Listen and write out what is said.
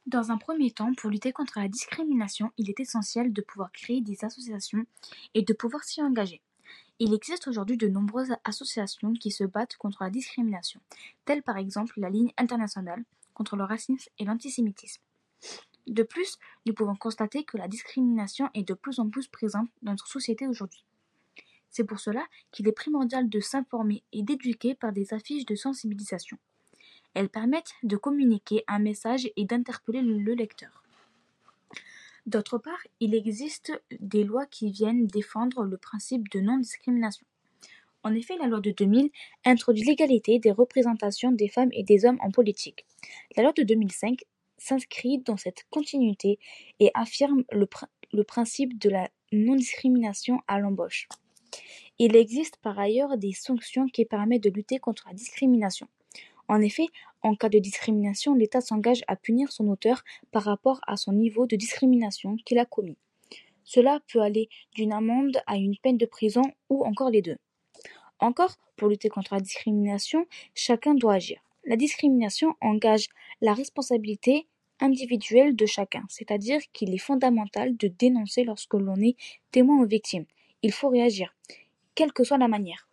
Dans un premier temps, pour lutter contre la discrimination, il est essentiel de pouvoir créer des associations et de pouvoir s'y engager. Il existe aujourd'hui de nombreuses associations qui se battent contre la discrimination, telles par exemple la Ligne internationale contre le racisme et l'antisémitisme. De plus, nous pouvons constater que la discrimination est de plus en plus présente dans notre société aujourd'hui. C'est pour cela qu'il est primordial de s'informer et d'éduquer par des affiches de sensibilisation. Elles permettent de communiquer un message et d'interpeller le lecteur. D'autre part, il existe des lois qui viennent défendre le principe de non-discrimination. En effet, la loi de 2000 introduit l'égalité des représentations des femmes et des hommes en politique. La loi de 2005 s'inscrit dans cette continuité et affirme le principe de la non-discrimination à l'embauche. Il existe par ailleurs des sanctions qui permettent de lutter contre la discrimination. En effet, en cas de discrimination, l'État s'engage à punir son auteur par rapport à son niveau de discrimination qu'il a commis. Cela peut aller d'une amende à une peine de prison ou encore les deux. Encore, pour lutter contre la discrimination, chacun doit agir. La discrimination engage la responsabilité individuelle de chacun, c'est-à-dire qu'il est fondamental de dénoncer lorsque l'on est témoin ou victime. Il faut réagir, quelle que soit la manière.